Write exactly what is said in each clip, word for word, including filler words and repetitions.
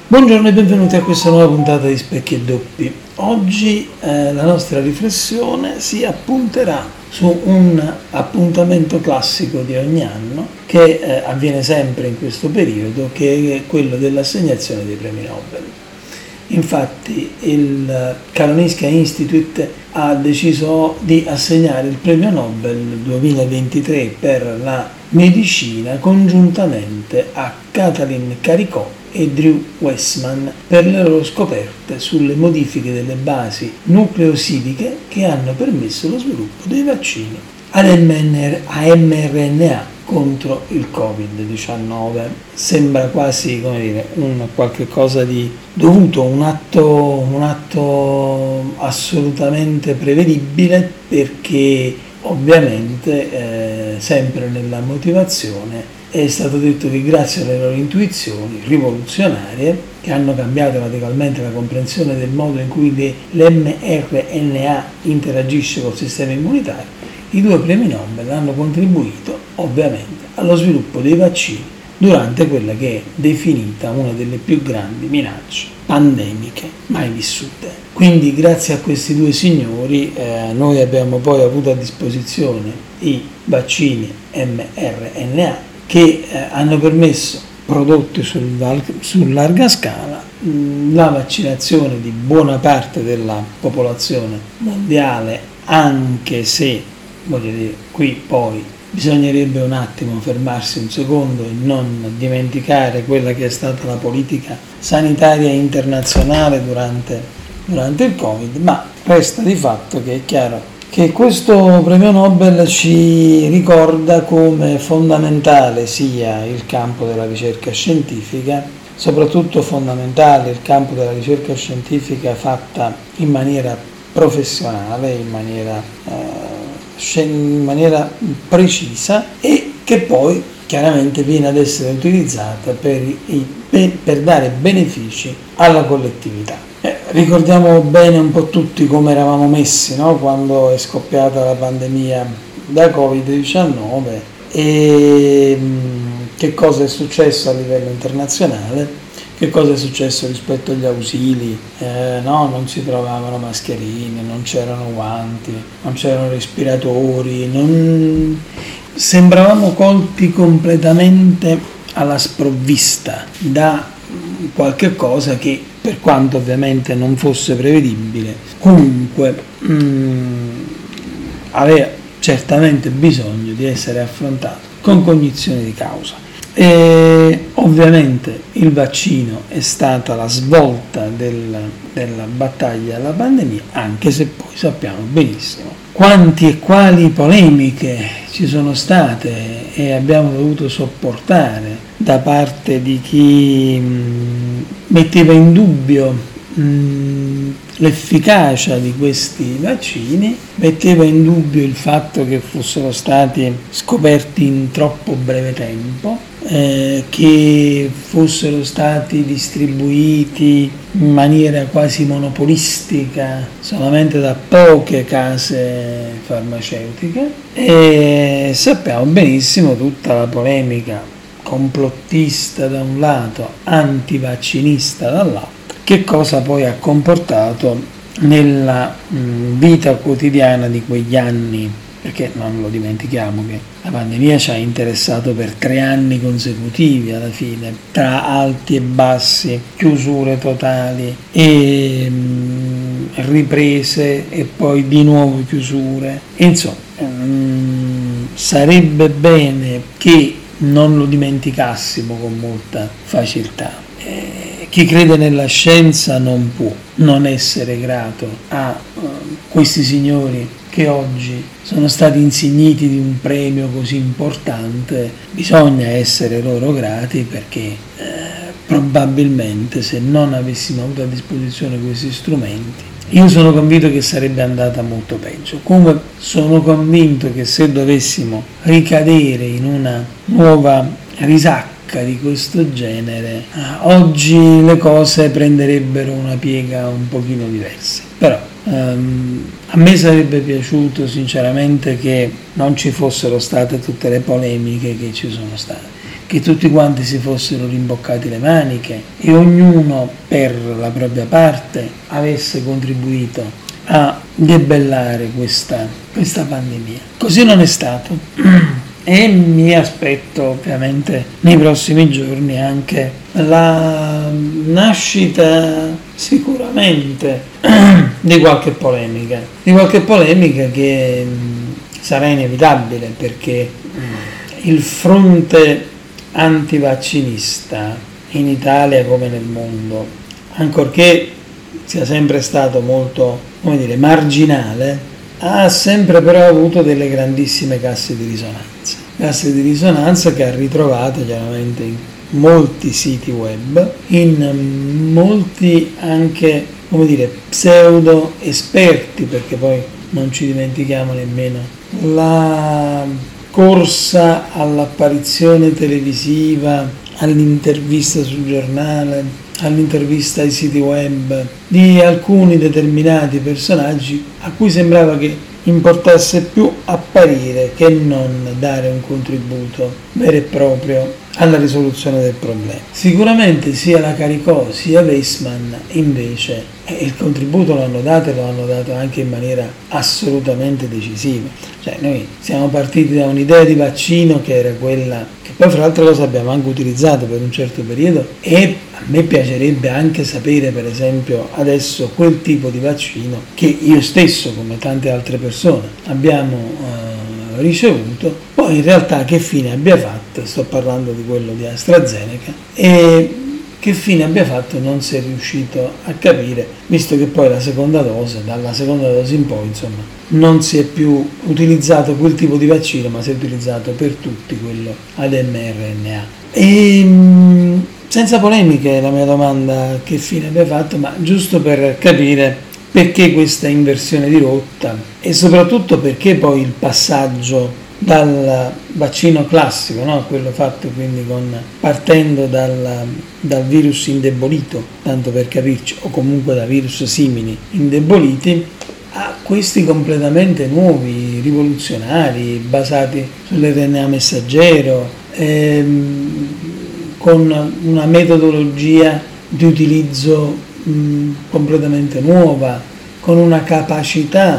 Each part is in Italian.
Buongiorno e benvenuti a questa nuova puntata di Specchi e Doppi. Oggi eh, la nostra riflessione si appunterà su un appuntamento classico di ogni anno che eh, avviene sempre in questo periodo, che è quello dell'assegnazione dei premi Nobel. Infatti il Karolinska Institute ha deciso di assegnare il premio Nobel duemilaventitré per la medicina congiuntamente a Katalin Karikó e Drew Weissman per le loro scoperte sulle modifiche delle basi nucleosidiche che hanno permesso lo sviluppo dei vaccini ad mRNA contro il covid diciannove. Sembra quasi, come dire, un qualche cosa di dovuto, un atto, un atto assolutamente prevedibile, perché ovviamente eh, sempre nella motivazione è stato detto che grazie alle loro intuizioni rivoluzionarie, che hanno cambiato radicalmente la comprensione del modo in cui l'mRNA interagisce col sistema immunitario, i due premi Nobel hanno contribuito ovviamente allo sviluppo dei vaccini durante quella che è definita una delle più grandi minacce pandemiche mai vissute. Quindi grazie a questi due signori eh, noi abbiamo poi avuto a disposizione i vaccini mRNA che eh, hanno permesso, prodotti sul, su larga scala, mh, la vaccinazione di buona parte della popolazione mondiale, anche se, voglio dire, qui poi bisognerebbe un attimo fermarsi un secondo e non dimenticare quella che è stata la politica sanitaria internazionale durante, durante il Covid, ma resta di fatto che è chiaro che questo premio Nobel ci ricorda come fondamentale sia il campo della ricerca scientifica, soprattutto fondamentale il campo della ricerca scientifica fatta in maniera professionale, in maniera, eh, in maniera precisa, e che poi chiaramente viene ad essere utilizzata per, i, per dare benefici alla collettività. Eh, ricordiamo bene un po' tutti come eravamo messi, no? Quando è scoppiata la pandemia da covid diciannove e mh, che cosa è successo a livello internazionale, che cosa è successo rispetto agli ausili, eh, no? Non si trovavano mascherine, non c'erano guanti, non c'erano respiratori, non... sembravamo colti completamente alla sprovvista da qualche cosa che, per quanto ovviamente non fosse prevedibile, comunque mh, aveva certamente bisogno di essere affrontato con cognizione di causa. E ovviamente il vaccino è stata la svolta del, della battaglia alla pandemia, anche se poi sappiamo benissimo quanti e quali polemiche ci sono state e abbiamo dovuto sopportare da parte di chi mh, metteva in dubbio mh, l'efficacia di questi vaccini, metteva in dubbio il fatto che fossero stati scoperti in troppo breve tempo, eh, che fossero stati distribuiti in maniera quasi monopolistica solamente da poche case farmaceutiche, e sappiamo benissimo tutta la polemica complottista da un lato, antivaccinista dall'altro, che cosa poi ha comportato nella mh, vita quotidiana di quegli anni, perché non lo dimentichiamo che la pandemia ci ha interessato per tre anni consecutivi alla fine, tra alti e bassi, chiusure totali e mh, riprese e poi di nuovo chiusure. Insomma, mh, sarebbe bene che non lo dimenticassimo con molta faciltà. Eh, chi crede nella scienza non può non essere grato a uh, questi signori che oggi sono stati insigniti di un premio così importante. Bisogna essere loro grati, perché eh, probabilmente se non avessimo avuto a disposizione questi strumenti, io sono convinto che sarebbe andata molto peggio. Comunque sono convinto che se dovessimo ricadere in una nuova risacca di questo genere, oggi le cose prenderebbero una piega un pochino diversa. Però um, a me sarebbe piaciuto sinceramente che non ci fossero state tutte le polemiche che ci sono state, che tutti quanti si fossero rimboccati le maniche e ognuno per la propria parte avesse contribuito a debellare questa, questa pandemia. Così non è stato e mi aspetto ovviamente nei prossimi giorni anche la nascita sicuramente di qualche polemica, di qualche polemica che sarà inevitabile, perché il fronte antivaccinista in Italia come nel mondo, ancorché sia sempre stato molto, come dire, marginale, ha sempre però avuto delle grandissime casse di risonanza, casse di risonanza che ha ritrovato chiaramente in molti siti web, in molti anche, come dire, pseudo esperti, perché poi non ci dimentichiamo nemmeno la corsa all'apparizione televisiva, all'intervista sul giornale, all'intervista ai siti web di alcuni determinati personaggi a cui sembrava che importasse più apparire che non dare un contributo vero e proprio alla risoluzione del problema. Sicuramente sia la Caricò sia Weissmann invece eh, il contributo lo hanno dato e lo hanno dato anche in maniera assolutamente decisiva. Cioè noi siamo partiti da un'idea di vaccino che era quella che poi fra l'altra cosa abbiamo anche utilizzato per un certo periodo, e a me piacerebbe anche sapere per esempio adesso quel tipo di vaccino che io stesso come tante altre persone abbiamo eh, ricevuto, poi in realtà che fine abbia fatto, sto parlando di quello di AstraZeneca, e che fine abbia fatto non si è riuscito a capire, visto che poi la seconda dose, dalla seconda dose in poi insomma non si è più utilizzato quel tipo di vaccino, ma si è utilizzato per tutti quello ad mRNA. E senza polemiche la mia domanda che fine abbia fatto, ma giusto per capire perché questa inversione di rotta e soprattutto perché poi il passaggio dal vaccino classico, no? Quello fatto quindi con, partendo dal, dal virus indebolito, tanto per capirci, o comunque da virus simili indeboliti, a questi completamente nuovi, rivoluzionari, basati sull'erre enne a messaggero, ehm, con una metodologia di utilizzo mh, completamente nuova, con una capacità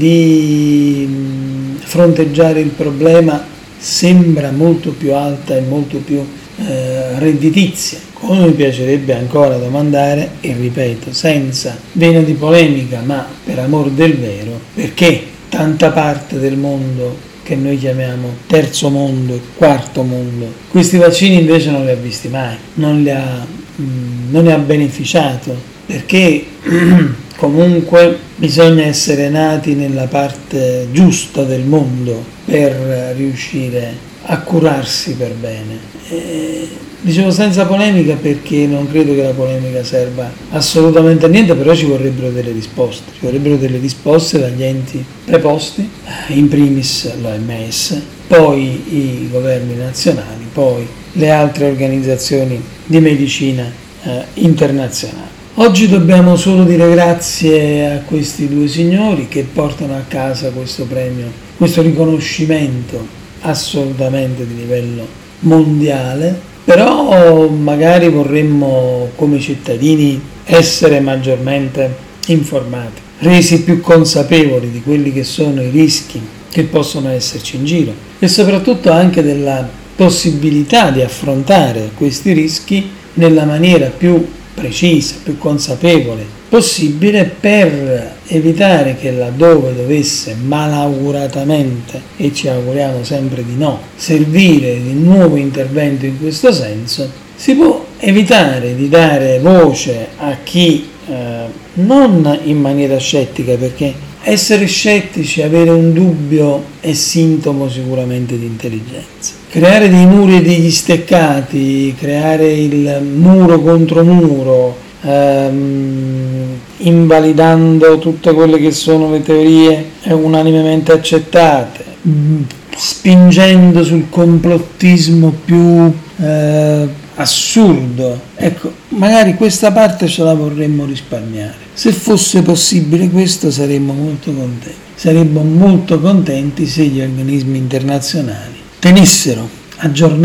di mh, fronteggiare il problema sembra molto più alta e molto più eh, redditizia. Come mi piacerebbe ancora domandare, e ripeto senza vena di polemica ma per amor del vero, perché tanta parte del mondo che noi chiamiamo terzo mondo e quarto mondo questi vaccini invece non li ha visti mai, non li ha, mh, non ne ha beneficiato, perché comunque bisogna essere nati nella parte giusta del mondo per riuscire a curarsi per bene. E dicevo senza polemica perché non credo che la polemica serva assolutamente a niente, però ci vorrebbero delle risposte, ci vorrebbero delle risposte dagli enti preposti, in primis l'O M S, poi i governi nazionali, poi le altre organizzazioni di medicina eh, internazionali. Oggi dobbiamo solo dire grazie a questi due signori che portano a casa questo premio, questo riconoscimento assolutamente di livello mondiale, però magari vorremmo come cittadini essere maggiormente informati, resi più consapevoli di quelli che sono i rischi che possono esserci in giro e soprattutto anche della possibilità di affrontare questi rischi nella maniera più precisa, più consapevole possibile, per evitare che laddove dovesse malauguratamente, e ci auguriamo sempre di no, servire di nuovo intervento in questo senso, si può evitare di dare voce a chi eh, non in maniera scettica, perché essere scettici, avere un dubbio è sintomo sicuramente di intelligenza. Creare dei muri e degli steccati, creare il muro contro muro, ehm, invalidando tutte quelle che sono le teorie unanimemente accettate, spingendo sul complottismo più eh, assurdo. Ecco, magari questa parte ce la vorremmo risparmiare. Se fosse possibile questo saremmo molto contenti. Saremmo molto contenti se gli organismi internazionali tenessero aggiornati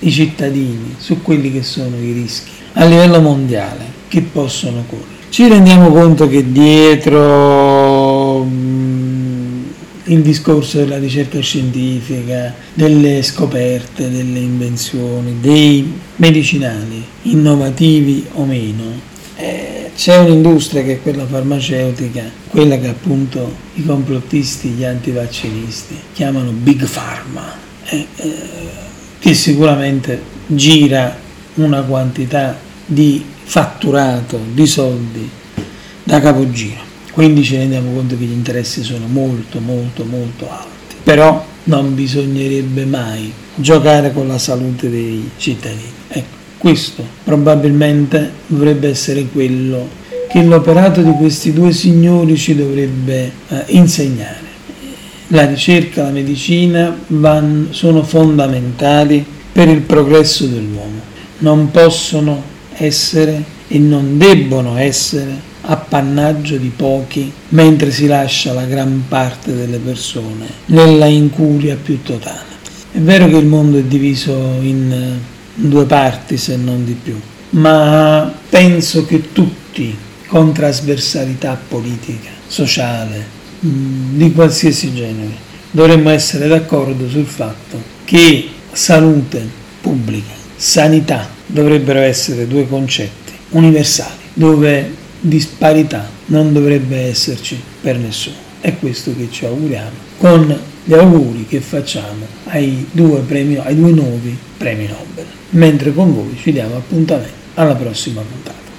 i cittadini su quelli che sono i rischi a livello mondiale che possono correre. Ci rendiamo conto che dietro mh, il discorso della ricerca scientifica, delle scoperte, delle invenzioni, dei medicinali innovativi o meno, eh, c'è un'industria che è quella farmaceutica, quella che appunto i complottisti, gli antivaccinisti chiamano Big Pharma, eh, eh, che sicuramente gira una quantità di fatturato, di soldi da capogiro. Quindi ci rendiamo conto che gli interessi sono molto molto molto alti, però non bisognerebbe mai giocare con la salute dei cittadini. Ecco, questo probabilmente dovrebbe essere quello che l'operato di questi due signori ci dovrebbe eh, insegnare. La ricerca, la medicina van, sono fondamentali per il progresso dell'uomo, non possono essere e non debbono essere appannaggio di pochi, mentre si lascia la gran parte delle persone nella incuria più totale. È vero che il mondo è diviso in due parti, se non di più, ma penso che tutti, con trasversalità politica, sociale, di qualsiasi genere, dovremmo essere d'accordo sul fatto che salute pubblica, sanità dovrebbero essere due concetti universali, dove disparità non dovrebbe esserci per nessuno. È questo che ci auguriamo con gli auguri che facciamo ai due, premi, ai due nuovi premi Nobel, mentre con voi ci diamo appuntamento alla prossima puntata.